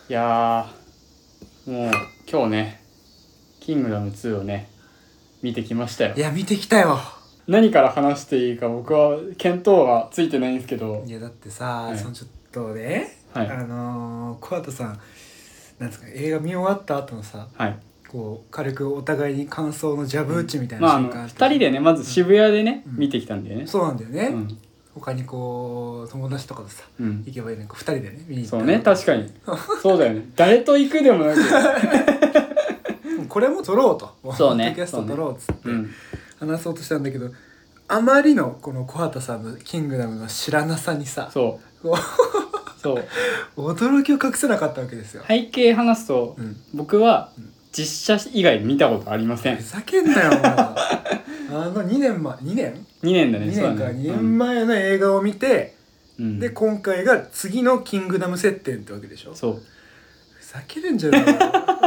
いやーもう今日ねキングダム2をね見てきましたよ。 いや見てきたよ。 何から話していいか僕は見当がついてないんですけど、 いやだってさ、 はい、 そのちょっとね、 はい、 小畑さんなんですか、映画見終わった後のさ、 はい、 こう軽くお互いに感想のジャブ打ちみたいな瞬間あった、 2人でねまず渋谷でね、 うん、 見てきたんだよね。 そうなんだよね、 うん、 他にこう友達とかとさ、 うん、 行けばいいのに2人でね見に行った。 そうね、確かにそうだよね誰と行くでもなくこれも撮ろうと、 そうね、 ポッドキャスト撮ろうっつって、 うん、 話そうとしたんだけど、あまりのこの小畑さんのキングダムの知らなさにさ、 そうそう驚きを隠せなかったわけですよ。 背景話すと、 うん、 僕は実写以外見たことありません。 ふざけんなよお前2年前2年 2年だね。 2年から2年前の映画を見て、 うん、 で今回が次のキングダム設定ってわけでしょ。 そうふざけるんじゃないい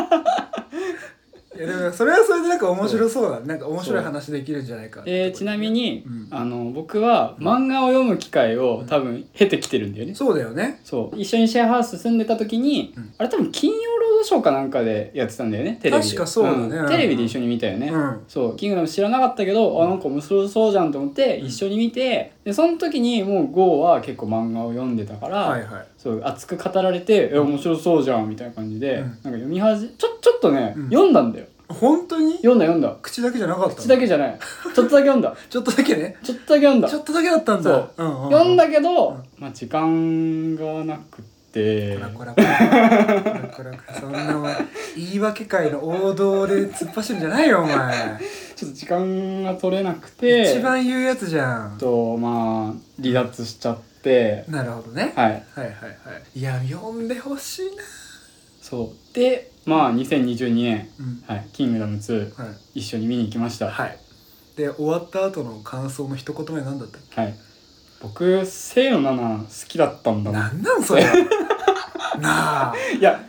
やでもそれはそれでなんか面白そうだ、なんか面白い話できるんじゃないかって、 ちなみに、 うん、 僕は漫画を読む機会を多分経てきてるんだよね、 そうだよね。 そう一緒にシェアハウス住んでた時に、あれ多分金曜ロードショーかなんかでやってたんだよね、テレビで。 確かそうだね、 テレビで一緒に見たよね、そうキングダム知らなかったけど、なんか面白そうじゃんと思って一緒に見て、でその時にもうゴーは結構漫画を読んでたから、 はいはい、 そう熱く語られて、面白そうじゃんみたいな感じで、なんか読みちょっとね、読んだんだよ。 本当に読んだ口だけじゃなかったの？ 口だけじゃないちょっとだけ読んだちょっとだけね、 ちょっとだけ読んだ。 ちょっとだけだったんだ。 そう、読んだけど、まあ時間がなくて、 こらそんなお前言い訳会の王道で突っ走るんじゃないよお前ちょっと時間が取れなくて、 一番言うやつじゃん。 まあ離脱しちゃって、 なるほどね、 はい、 いや読んでほしいな。 そうでまあ2022年、はい、キングダム2、 はい、 一緒に見に行きました。 はい。で終わった後の感想の一言目何だったっけ？ はい、僕清野菜名好きだったんだな。 なんそれなあいや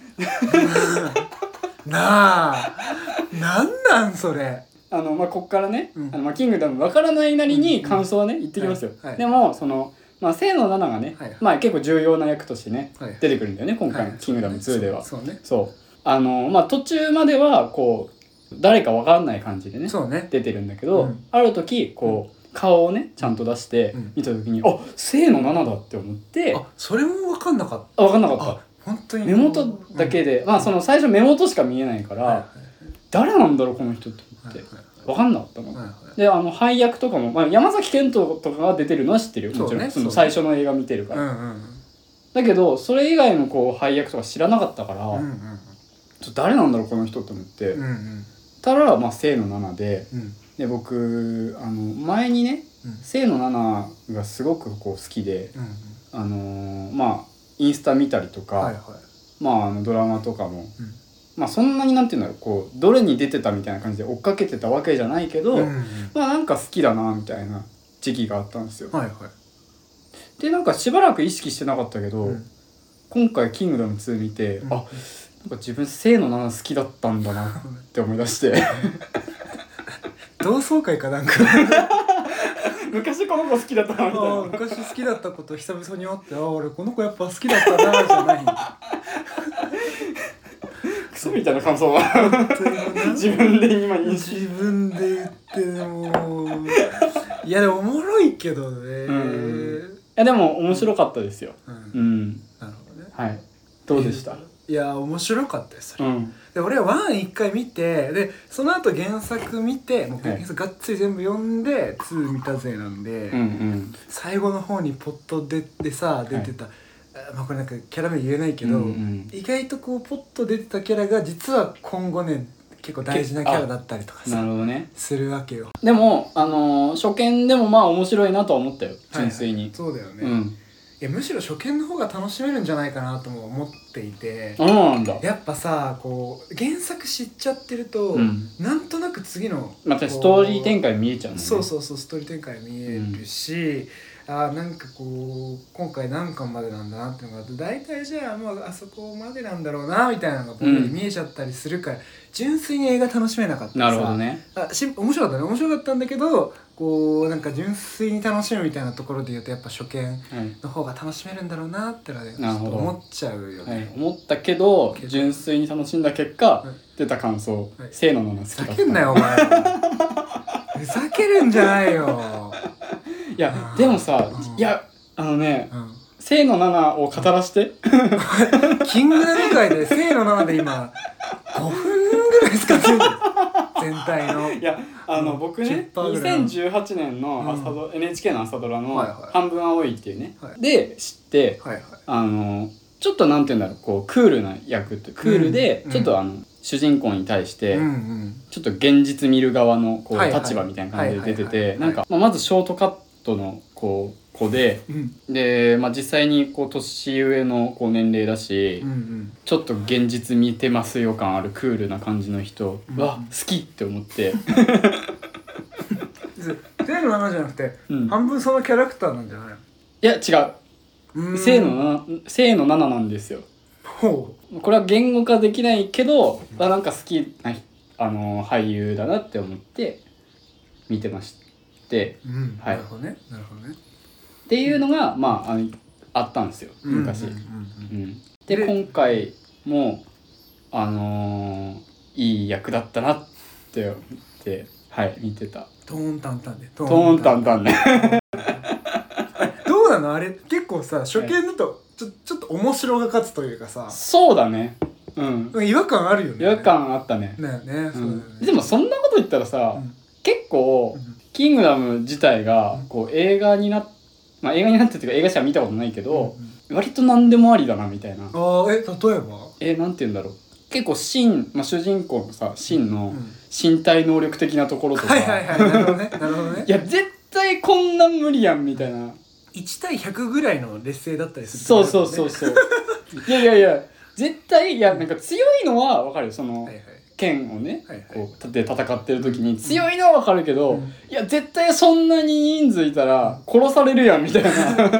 なあなんそれ。 まあ、こっからね、キングダム分からないなりに感想はね、言ってきますよ、でもまあ、清野菜名がね、まあ、結構重要な役としてね、出てくるんだよね今回のキングダム2では。そうまあ途中まではこう誰か分かんない感じでね出てるんだけど、ある時こう顔をねちゃんと出して見た時に、清野菜名だって思って。 それも分かんなかった。 分かんなかった。 本当に目元だけで、まあ最初目元しか見えないから、誰なんだろうこの人って思って、分かんなかったの、で配役とかも、まあ、山崎賢人とかが出てるのは知ってるよ、もちろん、その最初の映画見てるから、だけどそれ以外のこう配役とか知らなかったから、ちょっと誰なんだろうこの人って思って、たらまあ清野菜名で、で僕前にね、清野菜名がすごくこう好きで、まあインスタ見たりとか、まあドラマとかも、まあそんなになんていうんだろう、こうどれに出てたみたいな感じで追っかけてたわけじゃないけど、まあなんか好きだなみたいな時期があったんですよ。でなんかしばらく意識してなかったけど、今回キングダム2見て、なんか自分清野菜名好きだったんだなって思い出して同窓会かなんか昔この子好きだったなみたいな。 昔好きだった子と久々に会って、俺この子やっぱ好きだったなじゃないクソみたいな感想は自分で今認識、 自分で言ってもいやでもおもろいけどね、いやでも面白かったですよ。 なるほどね。はい。 どうでした？ いや面白かったですそれ、で俺は1一回見て、でその後原作見て、もう原作がっつり全部読んで2見たぜなんで、最後の方にポッと出てた、まあこれなんかキャラ名言えないけど、意外とこうポッと出てたキャラが実は今後ね結構大事なキャラだったりとかさ、なるほどね、するわけよ。 でも初見でもまあ面白いなとは思ったよ、純粋に。 そうだよね、いやむしろ初見の方が楽しめるんじゃないかなとも思っていて、 なんだ。 やっぱさこう原作知っちゃってると、なんとなく次のまたストーリー展開見えちゃうもんね。 そうストーリー展開見えるし、 なんかこう今回何巻までなんだなっていうのがあって、大体じゃあもうあそこまでなんだろうなみたいなのが僕に見えちゃったりするから、純粋に映画楽しめなかったなるほどね。 面白かったね、面白かったんだけど、こうなんか純粋に楽しむみたいなところで言うとやっぱ初見の方が楽しめるんだろうなってのは、ね、ちょっと思っちゃうよね、 はい、思ったけど純粋に楽しんだ結果、出た感想、清野菜名好きだった。 ふざけんなよお前ふざけるんじゃないよいやでもさ、いや清野菜名を語らしてキングダム界で清野菜名で今5分ぐらい使ってる全体の。いや僕ね2018年のNHK の朝ドラの「半分青い」っていうね、で知って、ちょっとなんて言うんだろう、こうクールな役ってクールでちょっと主人公に対してちょっと現実見る側のこう立場みたいな感じで出てて、なんかまずショートカットのこう子で、で実際にこう年上のこう年齢だし、ちょっと現実見てますよ感あるクールな感じの人は好きって思って清野菜名じゃなくて、半分そのキャラクターなんじゃないの？ いや違う、清野菜名なんですよ。これは言語化できないけど、なんか好きな俳優だなって思って見てまして、 なるほどねなるほどねっていうのがあったんですよ昔。で今回もいい役だったなって思って見てた。 トーンタンタンでトーンタンタンねどうなのあれ、結構さ初見だとちょっと面白が勝つというかさ。 そうだね、 違和感あるよね。 違和感あったね。でもそんなこと言ったらさ、結構キングダム自体がこう映画になって映画になってっていうか映画しか見たことないけど、割と何でもありだなみたいな。 例えばなんて言うんだろう、結構主人公のさシンの身体能力的なところとか、 なるほどねなるほどね。 いや絶対こんなん無理やんみたいな。 1対100ぐらいの劣勢だったりする、 そういや絶対なんか強いのは分かるよ、その、剣をね、こうで戦ってる時に強いのは分かるけど、いや絶対そんなに人数いたら殺されるやんみたいな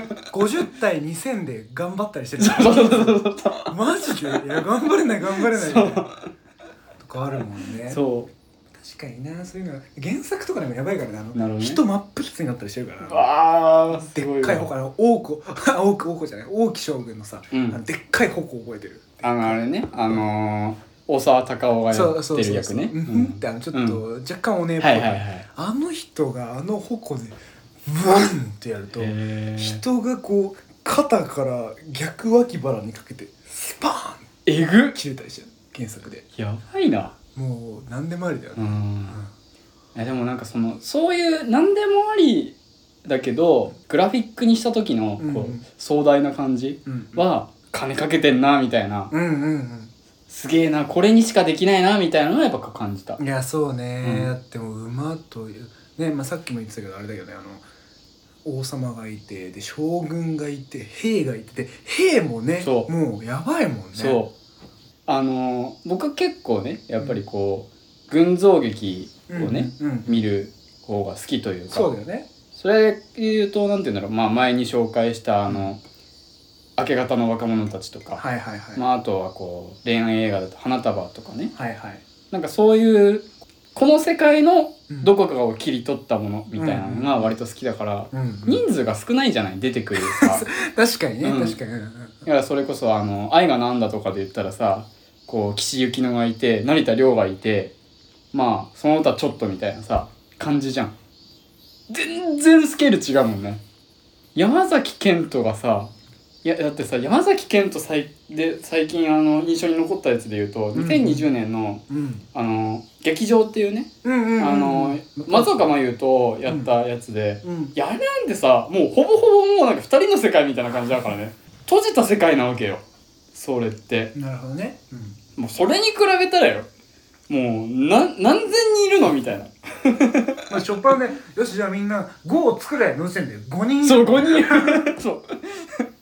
50対2000で頑張ったりしてるそうマジで、いや頑張れないみたいなとかあるもんね。 そう確かにな、そういうのは原作とかでもやばいからね、 ね、 人真っ二つになったりしてるから。 わーでっかい矛、王子じゃない、王毅将軍のさ、でっかい矛を覚えてる。 あれね、大沢たかおがやってる役ね。 ちょっと若干おねえっぽい。あの人があの矛でブワンってやると、人がこう肩から逆脇腹にかけてスパーンえぐ切れたりしてる原作で。 やばいな。 もう何でもありだよね。 でもなんかそういう何でもありだけどグラフィックにした時のこう壮大な感じは金かけてんなみたいな、すげえなこれにしかできないなみたいなのはやっぱ感じた。 いやそうね、だってもう馬というね、さっきも言ってたけどあれだけどね、王様がいてで将軍がいて兵がいて兵もねもうやばいもんね。 そう僕結構ねやっぱりこう軍象劇をね見る方が好きというか、 そうだよね。 それで言うとなんて言うんだろう、前に紹介した明け方の若者たちとか、あとはこう恋愛映画だと花束とかね、なんかそういうこの世界のどこかを切り取ったものみたいなのが割と好きだから、人数が少ないじゃない出てくるさ確かにね、確かに。 だからそれこそ愛がなんだとかで言ったらさ、こう岸由紀乃がいて成田凌がいて、その他ちょっとみたいなさ感じじゃん。全然スケール違うもんね。山崎賢人がさ、いやだってさ山崎賢人最近印象に残ったやつで言うと、2020年の劇場っていうね、松岡真優とやったやつで、いやあれなんてさもうほぼほぼもうなんか2人の世界みたいな感じだからね、閉じた世界なわけよそれって。 なるほどね。 もうそれに比べたらよ、もう何千人いるのみたいなしょっぱなね、よしじゃあみんな5を作れの時点で5人。 そう5人そう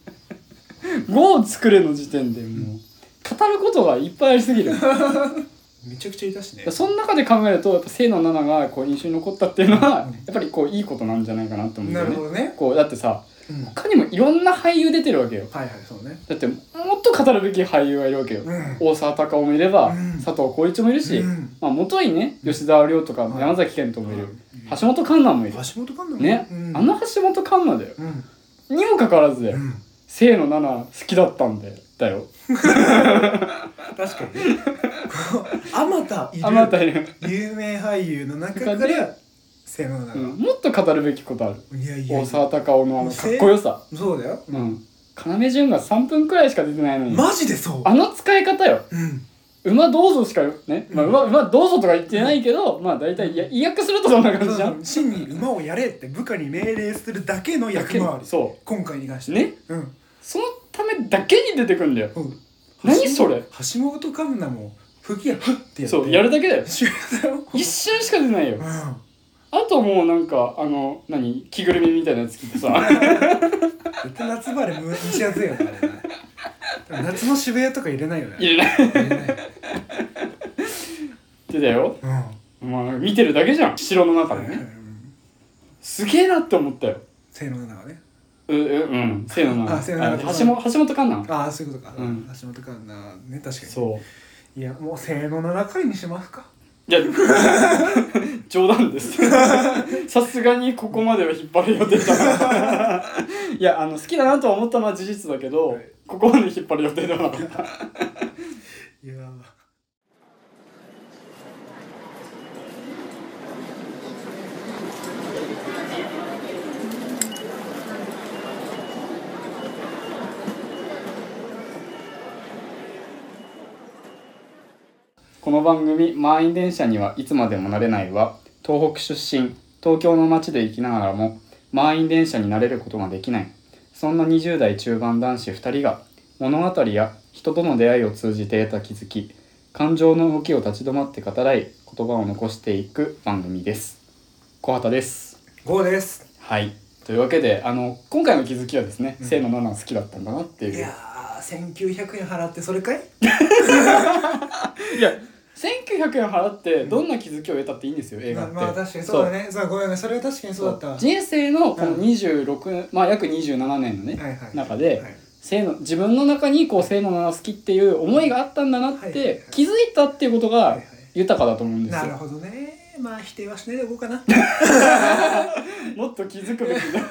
5を作れの時点でもう語ることがいっぱいありすぎるめちゃくちゃいたしね。 その中で考えるとやっぱ清野菜名がこう印象に残ったっていうのは、やっぱりこういいことなんじゃないかなと思うんだよね。 なるほどね。 こうだってさ、他にもいろんな俳優出てるわけよ。 はいはい、そうね。 だってもっと語るべき俳優がいるわけよ。大沢たかおもいれば、佐藤浩市もいるし、まあ元にね吉沢亮とか山崎賢人もいる、橋本環奈もいる。 橋本環奈ね、あの橋本環奈だよ。にもかかわらずだよ。清野菜名好きだったんだよ。 確かにね。あまたいる有名俳優の中から清野菜名、 もっと語るべきことある。大沢たかおのかっこよさ。 そうだよ。 要潤が3分くらいしか出てないのにマジでそう。 あの使い方よ。馬どうぞしかね、馬どうぞとか言ってないけど、まあ大体意訳するとそんな感じじゃん。 真に馬をやれって部下に命令するだけの役回り。そう。今回に関してね。 そのためだけに出てくんだよ。何それ。 橋本環奈も吹き矢ふってやって。 そうやるだけだよ。一瞬しか出てないよ。あともうなんか着ぐるみみたいなやつ着てさ。 夏バレ蒸し暑いよねあれね。夏の渋谷とか入れないよね。 入れない。でだよ。まあ見てるだけじゃん。城の中でね。すげえなって思ったよ。 清野菜名はね。 清野菜名。橋本環奈。 ああそういうことか。橋本環奈ね、確かに。そう。いやもう清野菜名会にしますか。 いや冗談です。さすがにここまでは引っ張る予定だな。いや好きだなとは思ったのは事実だけど、ここまで引っ張る予定ではなかった。いやこの番組満員電車にはいつまでもなれないは、東北出身、東京の街で生きながらも満員電車になれることができない、そんな20代中盤男子2人が物語や人との出会いを通じて得た気づき、感情の動きを立ち止まって語らい、言葉を残していく番組です。小畑です。 郷です。 はい、というわけで今回の気づきはですね、清野菜名好きだったんだなっていう。 いやー1900円払ってそれかい。 いや1900円払ってどんな気づきを得たっていいんですよ、映画って。 まあ確かにそうだね。ごめん、それは確かにそうだった。 人生のこの26、約27年のね、中で自分の中に清野菜名好きっていう思いがあったんだなって気づいたっていうことが豊かだと思うんですよ。 なるほどね。まあ否定はしないでおこうかな。 もっと気づくべきだ。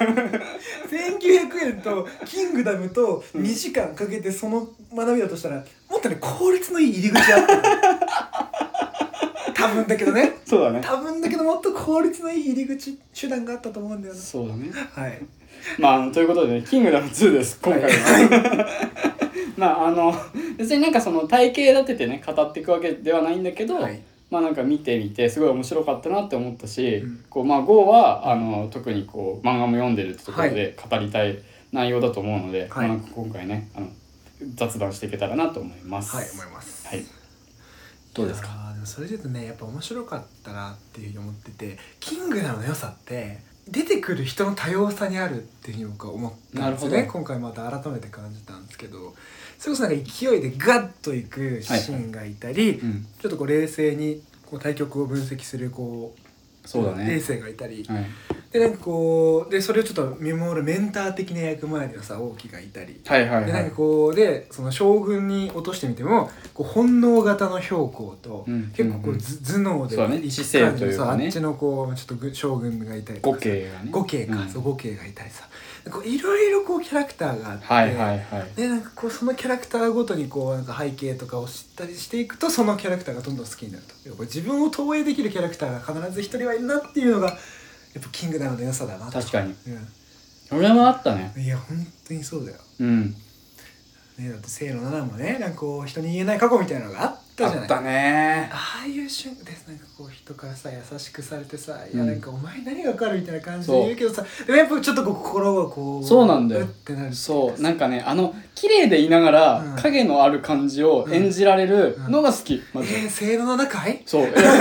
1900円とキングダムと2時間かけてその学びだとしたら、もっとね効率のいい入り口あった多分だけどね。 そうだね。 多分だけどもっと効率のいい入り口手段があったと思うんだよな。 そうだね。 はい。 まあということでね、キングダム2です今回は。まあ別になんかその体系立ててね語っていくわけではないんだけど、まあなんか見てみてすごい面白かったなって思ったし、ゴーは特に漫画も読んでるってところで語りたい内容だと思うので、なんか今回ね雑談していけたらなと思います。 はい、思います。 はい。どうですか。 でもそれで言うとね、やっぱ面白かったなっていうふうに思ってて、キングダムの良さって出てくる人の多様さにあるっていうふうに僕は思ったんですよね。今回また改めて感じたんですけど、それこそなんか勢いでガッといくシーンがいたり、ちょっと冷静に対局を分析するそうだね、 冷静がいたり、でなんかでそれをちょっと見守るメンター的な役回りの王騎がいたり、でなんかでその将軍に落としてみても本能型の公と、結構頭脳で知性というかね、 あっちのちょっと将軍がいたりとか、呉慶がいたりさ、いろいろキャラクターがあって、でなんかそのキャラクターごとになんか背景とかを知ったりしていくと、そのキャラクターがどんどん好きになると。自分を投影できるキャラクターが必ず一人はいるなっていうのがやっぱキングダムの良さだなと。 確かに、俺もあったね。 いや本当にそうだよ。だって清野菜名もね、なんか人に言えない過去みたいなのがあったじゃない。 あったね。 ああいう瞬間でなんか人からさ優しくされてさ、いやなんかお前何が分かるみたいな感じで言うけどさ、でもやっぱちょっと心がそうなんだよってなる。そうなんかね、綺麗でいながら影のある感じを演じられるのが好き。 清野菜名かい？ そう。で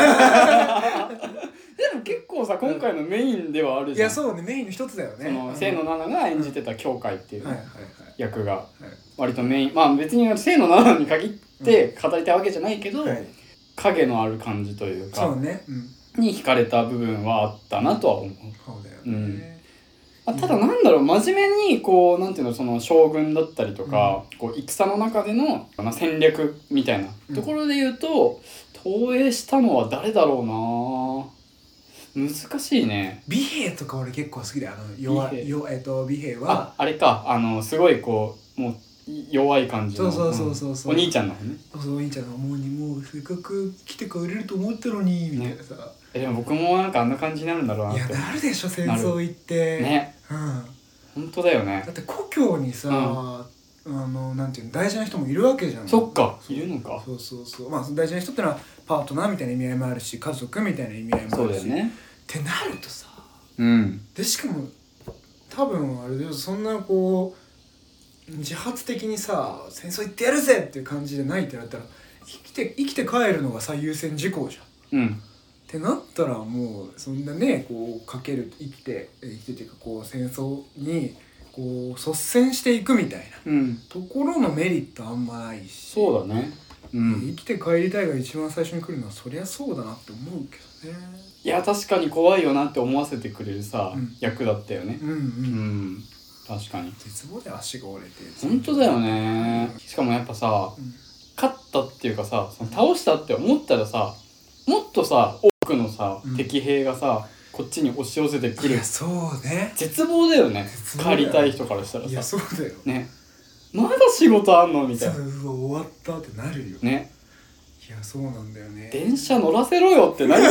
も結構さ、今回のメインではあるじゃん。 いやそうね、メインの一つだよね。 清野菜名が演じてた羌っていう役が割とメイン、まあ別に清野菜名に限って語りたいわけじゃないけど、 影のある感じというか、 そうね、 に惹かれた部分はあったなとは思う。 そうだよね、 ただなんだろう、真面目にこうなんていうの、その将軍だったりとか、こう戦の中での戦略みたいなところで言うと、投影したのは誰だろうな。難しいね。 美兵とか俺結構好きだよ。美兵はあれか、すごいこうもう弱い感じの、 そうお兄ちゃんの方ね。 そう、お兄ちゃんのもうせっかく来てくれると思ったのにみたいなさ、 でも僕もなんかあんな感じになるんだろうなって。 いやなるでしょ、戦争行ってね、本当だよね。 だって故郷にさ、なんていうの、大事な人もいるわけじゃん。 そっか、いるのか。 そうまあ大事な人ってのはパートナーみたいな意味合いもあるし、家族みたいな意味合いもあるし、 そうだよねってなるとさ、でしかも多分あれだよ、そんなこう自発的にさ戦争行ってやるぜっていう感じじゃないってなったら、生きて帰るのが最優先事項じゃん。ってなったらもうそんなね、こうかける、生きてっていうか、こう戦争にこう率先していくみたいな、ところのメリットあんまないし。 そうだね、 生きて帰りたいが一番最初に来るのはそりゃそうだなって思うけどね。 いや確かに怖いよなって思わせてくれるさ、役だったよね。確かに絶望で足が折れて。 本当だよね、しかもやっぱさ、勝ったっていうかさ、その倒したって思ったらさ、もっとさ多くのさ、敵兵がさこっちに押し寄せてくる。 いやそうね、 絶望だよね。帰りたい人からしたらさ、 いやそうだよね、まだ仕事あんのみたいな。 終わったってなるよね。 いやそうなんだよね。 電車乗らせろよって何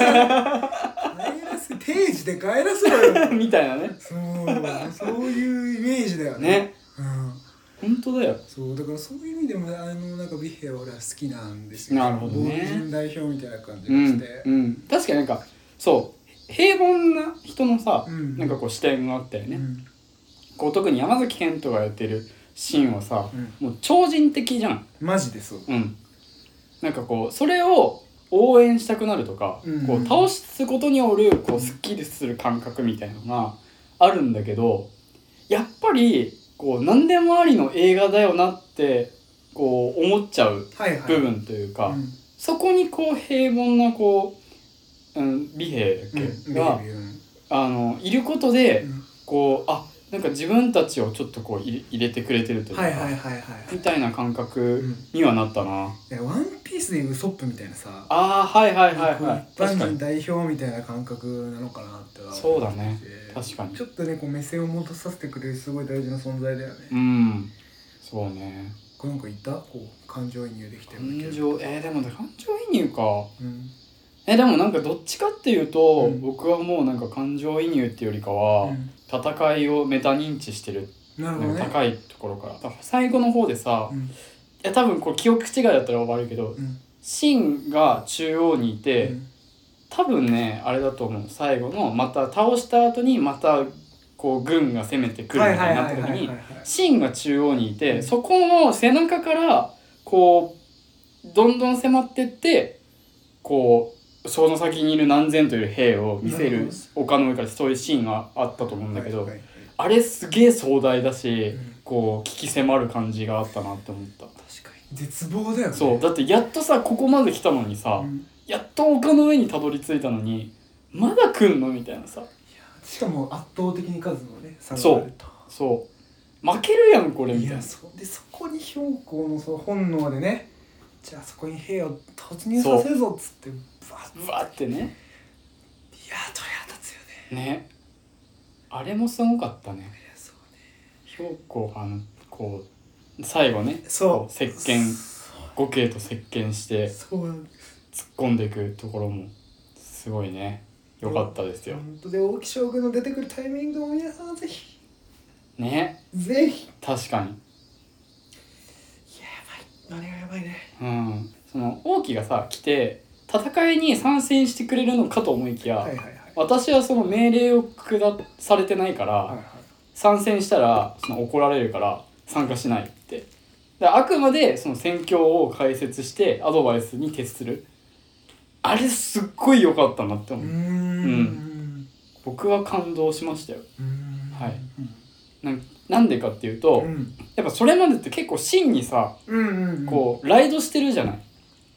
定時で帰らせろよみたいなね。 そういうイメージだよね。本当だよ。 そうだからそういう意味でもなんか美兵は俺は好きなんですよ。 なるほどね。 人代表みたいな感じがして、 確かになんかそう平凡な人のさ、なんかこう視点があったよね。こう特に山崎賢人がやってるシーンはさ、もう超人的じゃん。 マジでそう。 なんかこうそれを応援したくなるとか、こう倒すことによるこうスッキリする感覚みたいなのがあるんだけど、やっぱりこう何でもありの映画だよなってこう思っちゃう部分というか、そこにこう平凡なこう、美兵だっけ、がいることで、こうなんか自分たちをちょっとこう入れてくれてるというか、みたいな感覚にはなったな。 ワンピースでいうウソップみたいなさ、 一般人代表みたいな感覚なのかなって。 そうだね、確かに。 ちょっとねこう目線を戻させてくれるすごい大事な存在だよね。 そうね。 これなんか言ったこう感情移入できてる感情でも感情移入か。でもなんかどっちかっていうと、僕はもうなんか感情移入っていうよりかは、戦いをメタ認知してる。高いところから。最後の方でさ、いや多分これ記憶違いだったら悪いけど、シンが中央にいて、多分ねあれだと思う。最後のまた倒した後にまたこう軍が攻めてくるみたいになった時に、シンが中央にいて、そこの背中からこうどんどん迫ってってこうその先にいる何千という兵を見せる丘の上からそういうシーンがあったと思うんだけど、あれすげえ壮大だし、こう危機迫る感じがあったなって思った。 確かに絶望だよね。 そうだってやっとさここまで来たのにさ、やっと丘の上にたどり着いたのにまだ来んのみたいなさ。 しかも圧倒的に数のね差があると。そう負けるやんこれみたいな。 そこに標高の本能でね、じゃあそこに兵を突入させるぞっつってブワってね。いや鳥肌立つよね。 ね、あれもすごかったね。標高こう最後ね、石鹸5系と石鹸して突っ込んでいくところもすごいね良かったですよ。 本当で大木将軍の出てくるタイミングを皆さんぜひね、 ぜひ。 確かに。 あれがやばいね。 その王毅がさ来て戦いに参戦してくれるのかと思いきや、私はその命令を下されてないから、参戦したらその怒られるから参加しないって。あくまでその戦況を解説してアドバイスに徹する。あれすっごい良かったなって思う。僕は感動しましたよ。はい。なんでかっていうと、やっぱそれまでって結構真にさ、こうライドしてるじゃない。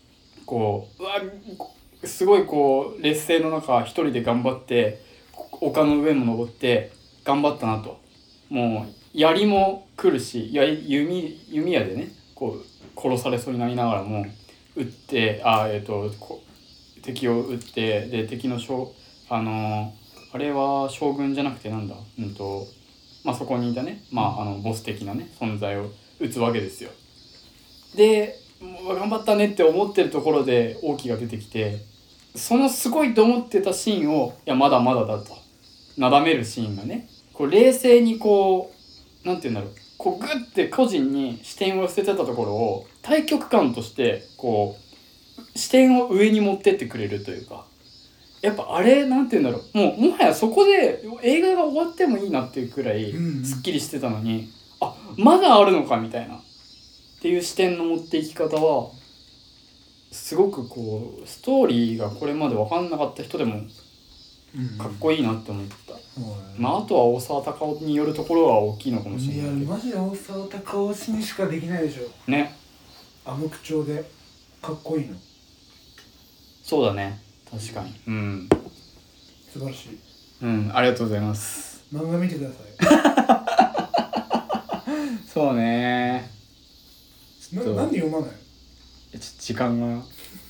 こうすごいこう劣勢の中一人で頑張って丘の上も登って頑張ったなと。もう槍も来るし弓矢でねこう殺されそうになりながらも撃って敵を撃ってで敵のあれは将軍じゃなくてなんだそこにいたねボス的なね存在を撃つわけですよ。でもう頑張ったねって思ってるところで王騎が出てきてそのすごいと思ってたシーンをいやまだまだだとなだめるシーンがねこう冷静にこうなんていうんだろうこうグッて個人に視点を捨ててたところを対極観としてこう視点を上に持ってってくれるというかやっぱあれなんていうんだろうもはやそこで映画が終わってもいいなっていうくらいすっきりしてたのに、まだあるのかみたいなっていう視点の持っていき方はすごくこうストーリーがこれまで分かんなかった人でもかっこいいなって思った、あとは大沢たかおによるところは大きいのかもしれないけどいやマジで大沢たかお氏にしかできないでしょねあの口調でかっこいいのそうだね確かに素晴らしいありがとうございます漫画見てくださいそうねなんで読まないの時間がい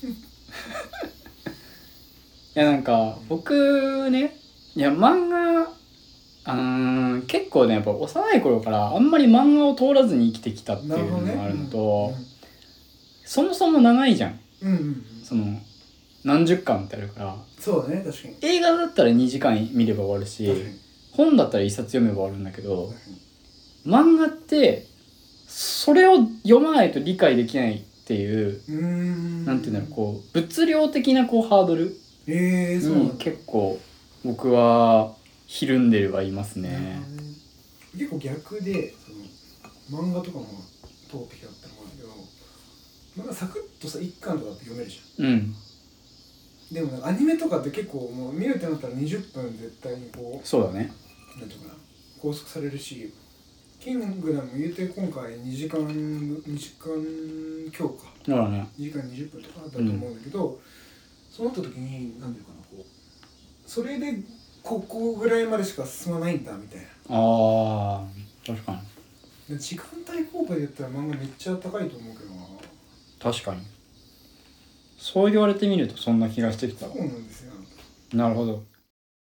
やなんか僕ねいや漫画結構ねやっぱ幼い頃からあんまり漫画を通らずに生きてきたっていうのがあるのと、そもそも長いじゃん、その何十巻ってあるからそうだね確かに映画だったら2時間見れば終わるし本だったら1冊読めば終わるんだけど漫画ってそれを読まないと理解できないっていうなんていうんだろうこう物量的なこうハードルに結構僕はひるんでればいますね。 結構逆でその漫画とかも通ってきたって思うんだけどなんかサクッとさ1巻とかって読めるじゃん。でもアニメとかって結構もう見るってなったら20分絶対にこうそうだねなんていうかな拘束されるしキングダム言うて今回2時間強かだからね 2時間20分とかだったと思うんだけど、そうなった時になんていうかなこうそれでここぐらいまでしか進まないんだみたいな確かに時間帯効果で言ったら漫画めっちゃ高いと思うけどな確かにそう言われてみるとそんな気がしてきた。 そうなんですよ。 なるほど。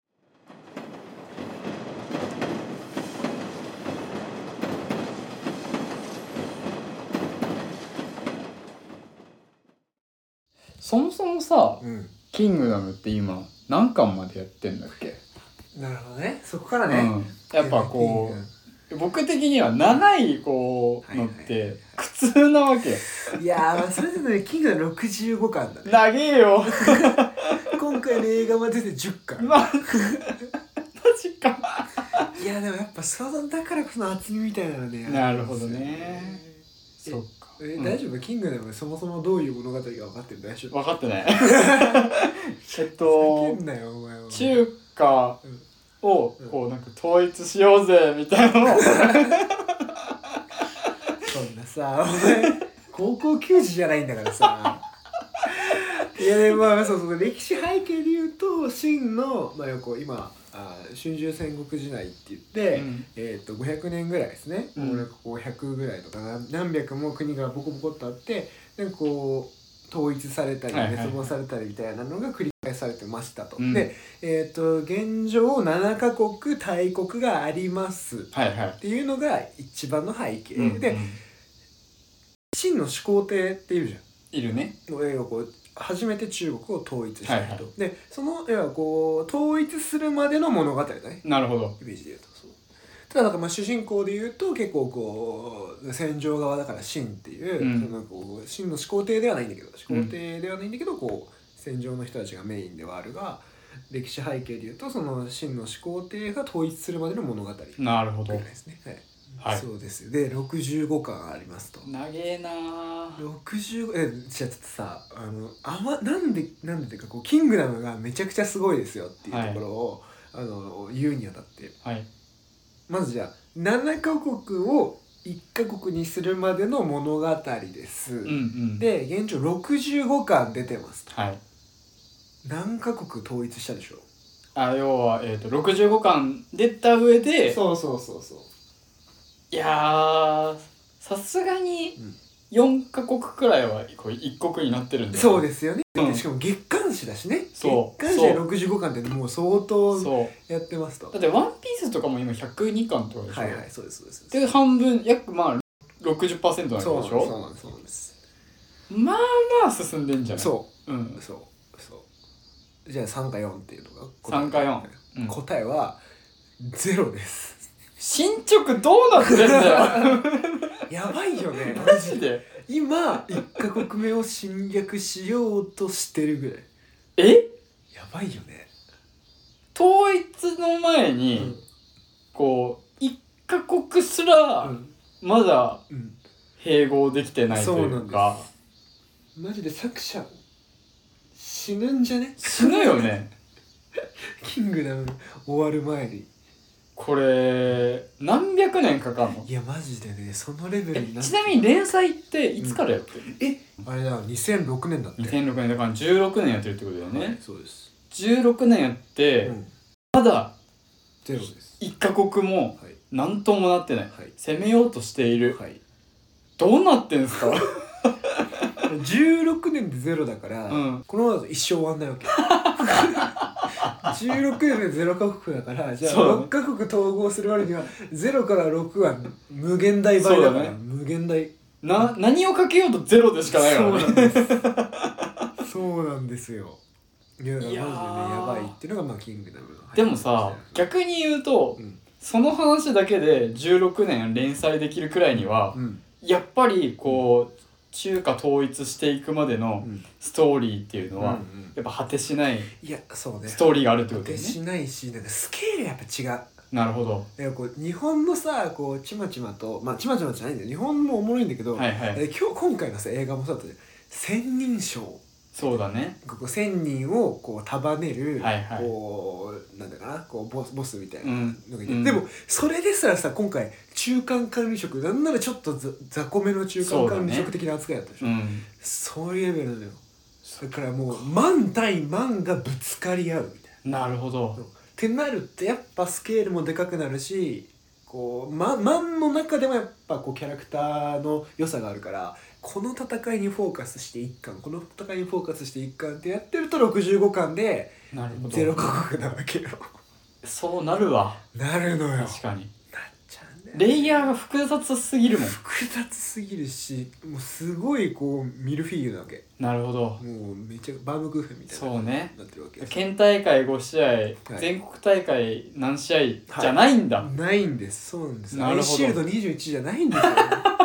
そもそもさ、キングダムって今何巻までやってんだっけ？ なるほどね。そこからね。 やっぱこう僕的には長いこうのって苦痛なわけよ。 いやーそれでねキングダム65巻だね。 長えよ。 今回の映画までで10巻。 マジか。 いやでもやっぱそうだからこそ厚みみたいなのね。 なるほどね。そっか。 大丈夫？キングダムそもそもどういう物語か分かってる？大丈夫？ 分かってない。 叫んなよお前は。 中華をこうなんか統一しようぜみたいなのを。 そんなさお前高校球児じゃないんだからさ。いやでもまあそう歴史背景で言うと秦の今春秋戦国時代って言って、500年ぐらいですね、もうなんかこう100ぐらいとか何百も国がボコボコっとあってなんかこう統一されたり滅亡されたりみたいなのが繰り返されてましたと、で、現状7カ国大国がありますっていうのが一番の背景、で秦の始皇帝っているじゃん。 いるね。 の映画こう初めて中国を統一した人、でその要はこう統一するまでの物語だね。 なるほど。 イメージで言うとそう。ただなんかまあ主人公で言うと結構こう戦場側だから秦っていう、そのこう秦の始皇帝ではないんだけどこう戦場の人たちがメインではあるが歴史背景で言うとその秦の始皇帝が統一するまでの物語。 なるほど。 ですね。そうですよ。で65巻ありますと。 長えな 65じゃあちょっとさなんでっていうかこうキングダムがめちゃくちゃすごいですよっていうところを、言うにあたって、まずじゃあ7カ国を 1カ国にするまでの物語です、 うんうん、 で現状65巻出てますと、 はい、 何カ国統一したでしょう。 要は、65巻出た上でそういやーさすがに4カ国くらいはこう一国になってるんだよね。 そうですよね、しかも月刊誌だしね。月刊誌で65巻ってもう相当やってますと。 だってワンピースとかも今102巻とかでしょ。 はいはい、そうですで半分約まあ 60% なんでしょ。 そうなんです。 まあまあ進んでんじゃない。 そうじゃあ3か4っていうのが 3か4、 うん、答えは0です。 進捗どうなってんだよやばいよねマジで。 今1カ国目を侵略しようとしてるぐらい。やばいよね。 統一の前に、こう1カ国すらまだ併合できてないというか、 マジで作者死ぬんじゃね。 死ぬよねキングダム終わる前に。 これ何百年かかんの。 いやマジでね、そのレベルになって。 ちなみに連載っていつからやってるの、あれだ、2006年だって。 2006年だから16年やってるってことだよね。はい、 そうです。 16年やって、まだゼロです。 1カ国も何ともなってない、はい、攻めようとしている、 はい、 どうなってんすか 16年でゼロだから、このまま一生終わんないわけ16年でゼロカ国だから、じゃあ6カ国統合する割には0から6は無限大倍だから、ね、無限大何をかけようとゼロでしかないからね。 そうなんですよ。いやマジでね、やばいっていうのがまあキングダムの。 でもさ、逆に言うと、その話だけで16年連載できるくらいには、やっぱりこう中華統一していくまでのストーリーっていうのはやっぱ果てしないストーリーがあるってことだよね。 果てしないし、なんかスケールやっぱ違う。 なるほど。 こう日本のさ、こうちまちまと、まあちまちまじゃないんだよ、日本もおもろいんだけど、今回のさ映画もそうだったじゃん。千人称。 そうだね。 ここ1000人をこう束ねる、こうなんだかな、こうボスみたいなのがいて、でもそれですらさ、今回中間管理職、なんならちょっと雑魚めの中間管理職的な扱いだったでしょ。そういうレベルなのよ。だからもう万対万がぶつかり合うみたいな。なるほど。 ってなるとやっぱスケールもでかくなるし、こう万の中でもやっぱこうキャラクターの良さがあるから、この戦いにフォーカスして1巻、この戦いにフォーカスして1巻ってやってると65巻で0カ国なわけよ。 そうなるわ。 なるのよ。 確かに。 なっちゃうんだよ、 レイヤーが複雑すぎるもん。 複雑すぎるし、もうすごいこうミルフィーユなわけ。 なるほど。 もうめっちゃバームクーヘンみたいな。 そうね。 なってるわけ。 県大会5試合、全国大会何試合じゃないんだ。 ないんです。そうなんです。 なるほど。 シールド21じゃないんですよ。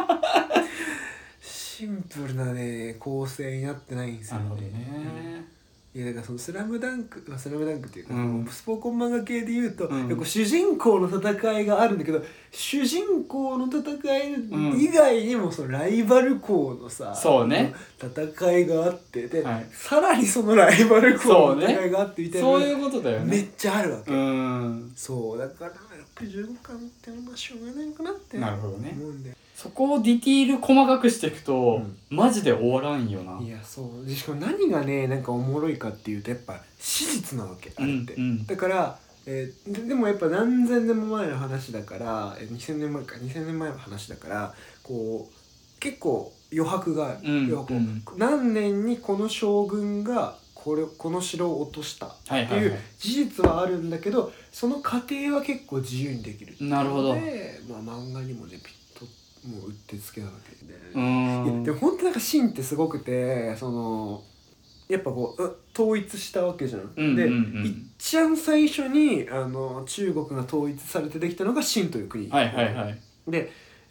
シンプルなね構成になってないんですよね。 なるほどね。 いやだからそのスラムダンクっていうか、スポコン漫画系で言うと、主人公の戦いがあるんだけど、主人公の戦い以外にもそのライバル校のさ、戦いがあって、で、さらにそのライバル校の戦いがあってみたいな、 そういうことだよね。 めっちゃあるわけ。そうだから65巻ってまあしょうがないのかなって思うんで。 そこをディティール細かくしていくと、マジで終わらんよな。 いやそうで、しかも何がねなんかおもろいかっていうと、やっぱ史実なわけあれって、だから、でもやっぱ何千年も前の話だから、2000年前の話だから、こう結構余白がある、何年にこの将軍がこの城を落としたっていう事実はあるんだけど、その過程は結構自由にできるっていうので、まあ漫画にもねもううってつけなわけで、でも本当なんかシーンってすごくて、そのやっぱこう統一したわけじゃん。で、一番最初に中国が統一されてできたのが秦という国。で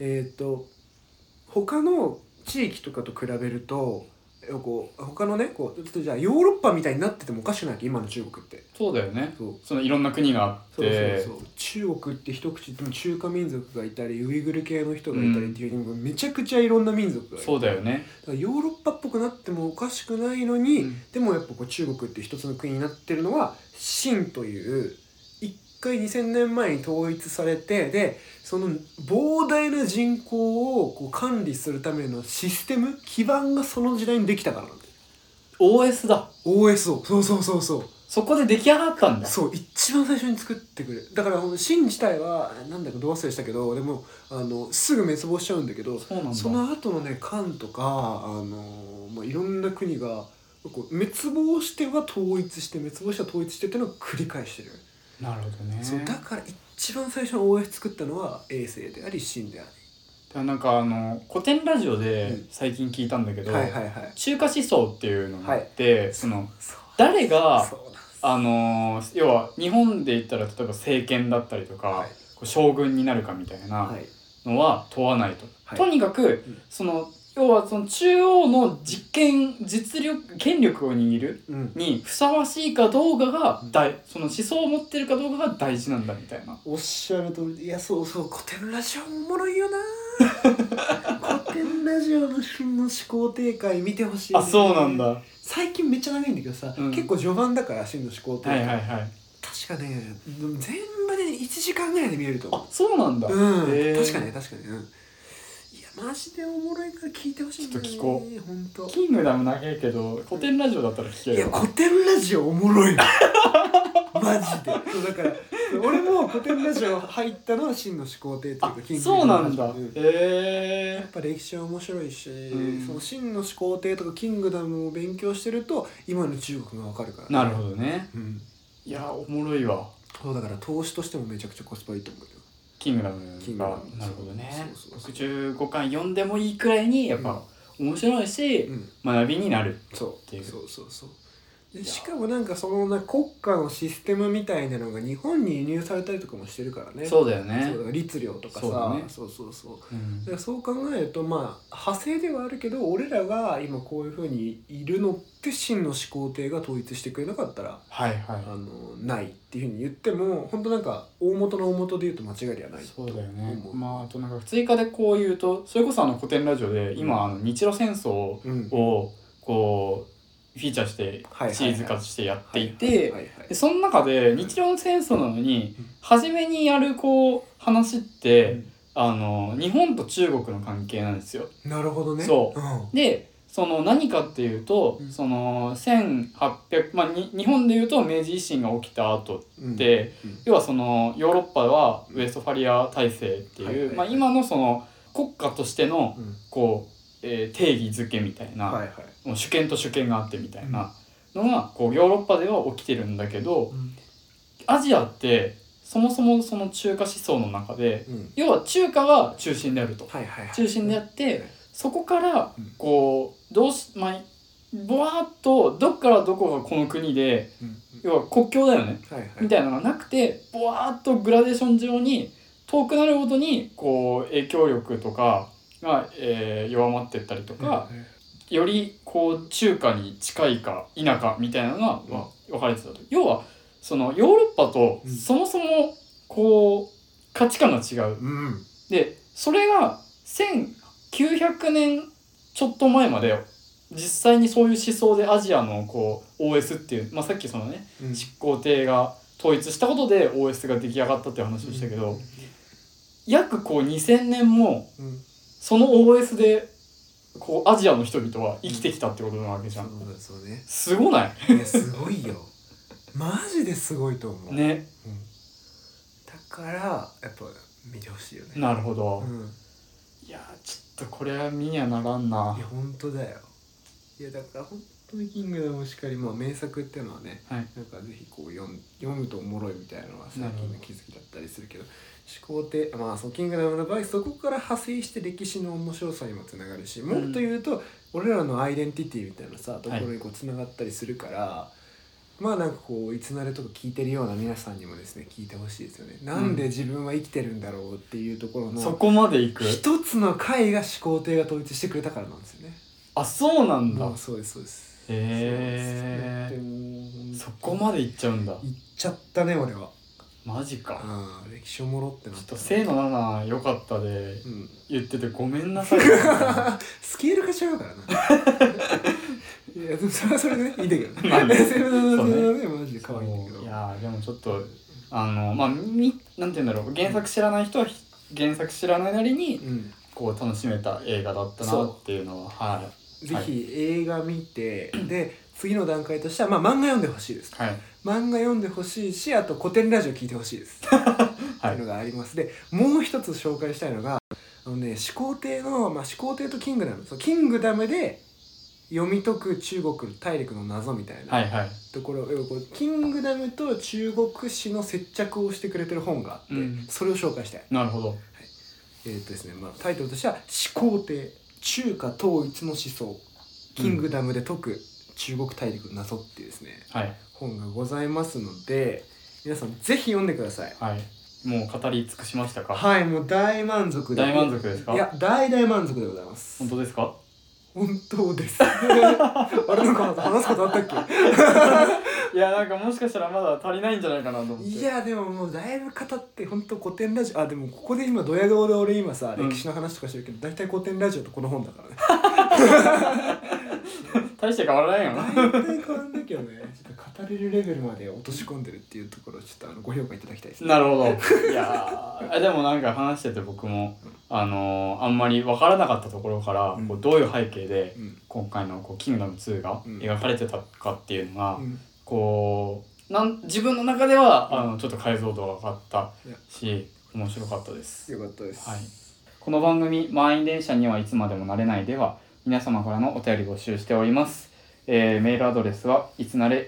他の地域とかと比べると、他のねこうじゃあヨーロッパみたいになっててもおかしくないわけ、今の中国って。 そうだよね。そのいろんな国があって、 中国って一口でも中華民族がいたり、ウイグル系の人がいたりっていう、めちゃくちゃいろんな民族がいる。 そうだよね。 だからヨーロッパっぽくなってもおかしくないのに、でもやっぱこう中国って一つの国になってるのは秦という一回2000年前に統一されて、でその膨大な人口をこう管理するためのシステム基盤がその時代にできたからなんだよ。 OS だ。 OS をそうそこで出来上がったんだ。 そう一番最初に作ってくれ。だから秦自体はなんだかど忘れしたけど、でもすぐ滅亡しちゃうんだけど、その後のね漢とかいろんな国がこう滅亡しては統一して滅亡しては統一してっていうのを繰り返してる。 なるほどね。 そうだから一番最初の OS 作ったのは衛星であり秦であり。 なんか古典ラジオで最近聞いたんだけど、中華思想っていうのがあって、その誰が要は日本で言ったら例えば政権だったりとか、将軍になるかみたいなのは問わないと、とにかくその要はその中央の実力権力を握るにふさわしいかどうかがその思想を持ってるかどうかが大事なんだみたいな。 おっしゃる通り。いやそう古典ラジオおもろいよな古典ラジオの秦の始皇帝会見てほしい、ね。 あ、そうなんだ。 最近めっちゃ長いんだけどさ、結構序盤だから秦の始皇帝会、確かね全部で1時間ぐらいで見れると思う。 あ、そうなんだ。 確かにいやマジでおもろいから聞いてほしいね。 ちょっと聞こう。ほんとキングダム長いけど古典ラジオだったら聞ける。 いや古典ラジオおもろいマジで。そうだから俺も古典ラジオ入ったのは秦の始皇帝っていうかキングダム。 そうなんだ。 やっぱ歴史は面白いし、その秦の始皇帝とかキングダムを勉強してると今の中国がわかるから、 なるほどね。いやおもろいわ。 そうだから投資としてもめちゃくちゃコスパいいと思うよ。 キングダムがなるほどね。65巻読んでもいいくらいにやっぱ面白いし、学びになるっていう。 そうでしかもなんかその国家のシステムみたいなのが日本に輸入されたりとかもしてるからね。 そうだよね。 そうだから律令とかさ、そうだからそう考えると派生ではあるけど、俺らが今こういう風にいるのって秦の始皇帝が統一してくれなかったら、ないっていう風に言っても本当なんか大元の大元で言うと間違いではない。 そうだよね。あとなんか追加でこう言うと、それこそ古典ラジオで今日露戦争をこうフィーチャーしてシリーズ化してやっていて、その中で日露戦争なのに初めにやる話って日本と中国の関係なんですよ。 なるほどね。 でその何かっていうと、その1800、日本でいうと明治維新が起きた後って、要はそのヨーロッパはウェストファリア体制っていう、今のその国家としての定義づけみたいな、もう主権と主権があってみたいなのがヨーロッパでは起きてるんだけど、アジアってそもそもその中華思想の中で、要は中華が中心であると、中心であって、そこからぼわーっとどっからどこがこの国で、要は国境だよね、みたいなのがなくて、ぼわーっとグラデーション上に遠くなるごとに影響力とかが、弱まっていったりとか、より中華に近いか否かみたいなのが分かれてたと。要はそのヨーロッパとそもそも価値観が違う。でそれが1900年ちょっと前まで実際にそういう思想でアジアのOS っていう、さっきそのね、始皇帝が統一したことで OS が出来上がったっていう話をしたけど、約2000年もその OS でアジアの人々は生きてきたってことなわけじゃん。 そうね。 すごない？ すごいよ。マジですごいと思う。ね。だからやっぱ見てほしいよね。 なるほど。いやちょっとこれは見にはならんな。 いや本当だよ。いやだから本当にキングダムしかり名作っていうのはね、なんかぜひ読むとおもろいみたいなのは最近の気づきだったりするけど、始皇帝そのキングダムの場合そこから派生して歴史の面白さにもつながるし、もっと言うと俺らのアイデンティティみたいなところにつながったりするから、なんかいつなれとか聞いてるような皆さんにもですね聞いてほしいですよね。なんで自分は生きてるんだろうっていうところのそこまでいく一つの回が始皇帝が統一してくれたからなんですよね。 あ、そうなんだ。 そうですそうです。 そこまでいっちゃうんだ。 いっちゃったね俺は。マジか。 歴史おもろってなった。 ちょっと清の7良かったで言っててごめんなさい。 スケールが違うからな。いやそれはそれでねいいんだけどね。マジで可愛いんだけど。 いやでもちょっとまあなんて言うんだろう、原作知らない人は原作知らないなりにこう楽しめた映画だったなっていうのは、はい、 ぜひ映画見て、で次の段階としては、まあ、漫画読んでほしいです、 はい、 漫画読んでほしいし、あと古典ラジオ聞いてほしいですっていうのがあります。でもう一つ紹介したいのが始皇帝の、始皇帝とキングダム、キングダムで読み解く中国大陸の謎みたいなところ、キングダムと中国史の接着をしてくれてる本があって、それを紹介したい。 なるほど、はい、 ですね、タイトルとしては始皇帝中華統一の思想キングダムで解く中国大陸の謎っていうですね、本がございますので、皆さんぜひ読んでください。 はい、もう語り尽くしましたか？ はい、もう大満足で。 大満足ですか？ いや、大満足でございます。 本当ですか？ 本当です。あれ、なんか話すことあったっけ？ いや、なんかもしかしたらまだ足りないんじゃないかなと思って。 いや、でももうだいぶ語って本当古典ラジオ、でもここで今ドヤ顔で俺今さ、歴史の話とかしてるけど、大体古典ラジオとこの本だからね。 大して変わらないよな。 大体変わんないけどね。ちょっと語れるレベルまで落とし込んでるっていうところをちょっとご評価いただきたいですね。 なるほど。いやでもなんか話してて僕もあんまり分からなかったところから、こうどういう背景で今回のこうキングダム2が描かれてたかっていうのが、こう自分の中ではちょっと解像度が上がったし面白かったです。 よかったです。 はい、この番組満員電車にはいつまでもなれないでは皆様からのお便り募集しております。メールアドレスはいつなれ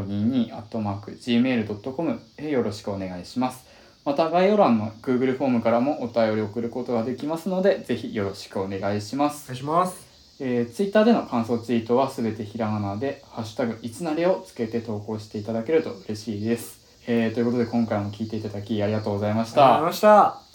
2022@gmail.com へよろしくお願いします。また概要欄の Google フォームからもお便りを送ることができますので、ぜひよろしくお願いします。 お願いします。 Twitter での感想ツイートはすべてひらがなでハッシュタグいつなれをつけて投稿していただけると嬉しいです。ということで今回も聞いていただきありがとうございました。 ありがとうございました。